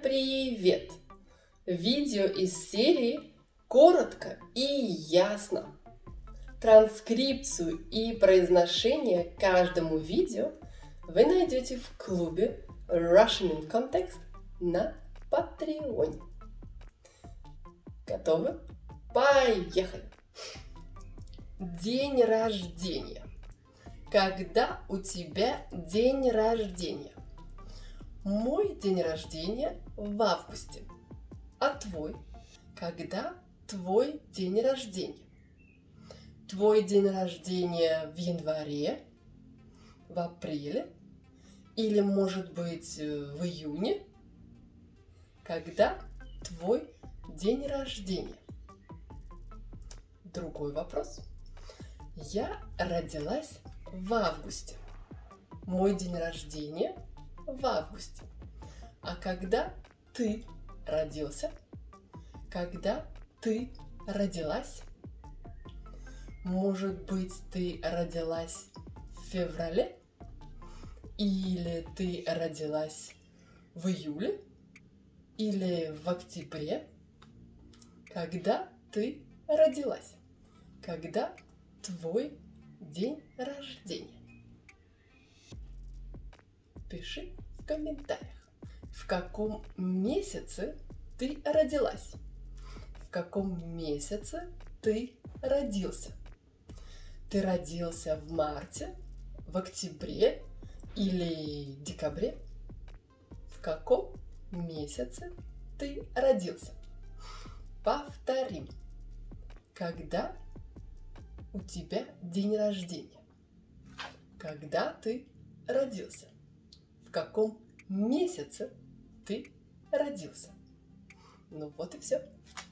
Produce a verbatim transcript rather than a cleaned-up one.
Привет! Видео из серии «Коротко и ясно». Транскрипцию и произношение каждому видео вы найдете в клубе Russian in Context на Patreon. Готовы? Поехали! День рождения. Когда у тебя день рождения? Мой день рождения в августе. А твой? Когда твой день рождения? Твой день рождения в январе, в апреле или, может быть, в июне? Когда твой день рождения? Другой вопрос. Я родилась в августе. Мой день рождения в августе. А когда ты родился? Когда ты родилась? Может быть, ты родилась в феврале? Или ты родилась в июле? Или в октябре? Когда ты родилась? Когда твой день рождения? Пиши в комментариях, в каком месяце ты родилась, в каком месяце ты родился. Ты родился в марте, в октябре или декабре? В каком месяце ты родился? Повторим. Когда у тебя день рождения? Когда ты родился? В каком месяце ты родился? Ну вот и все.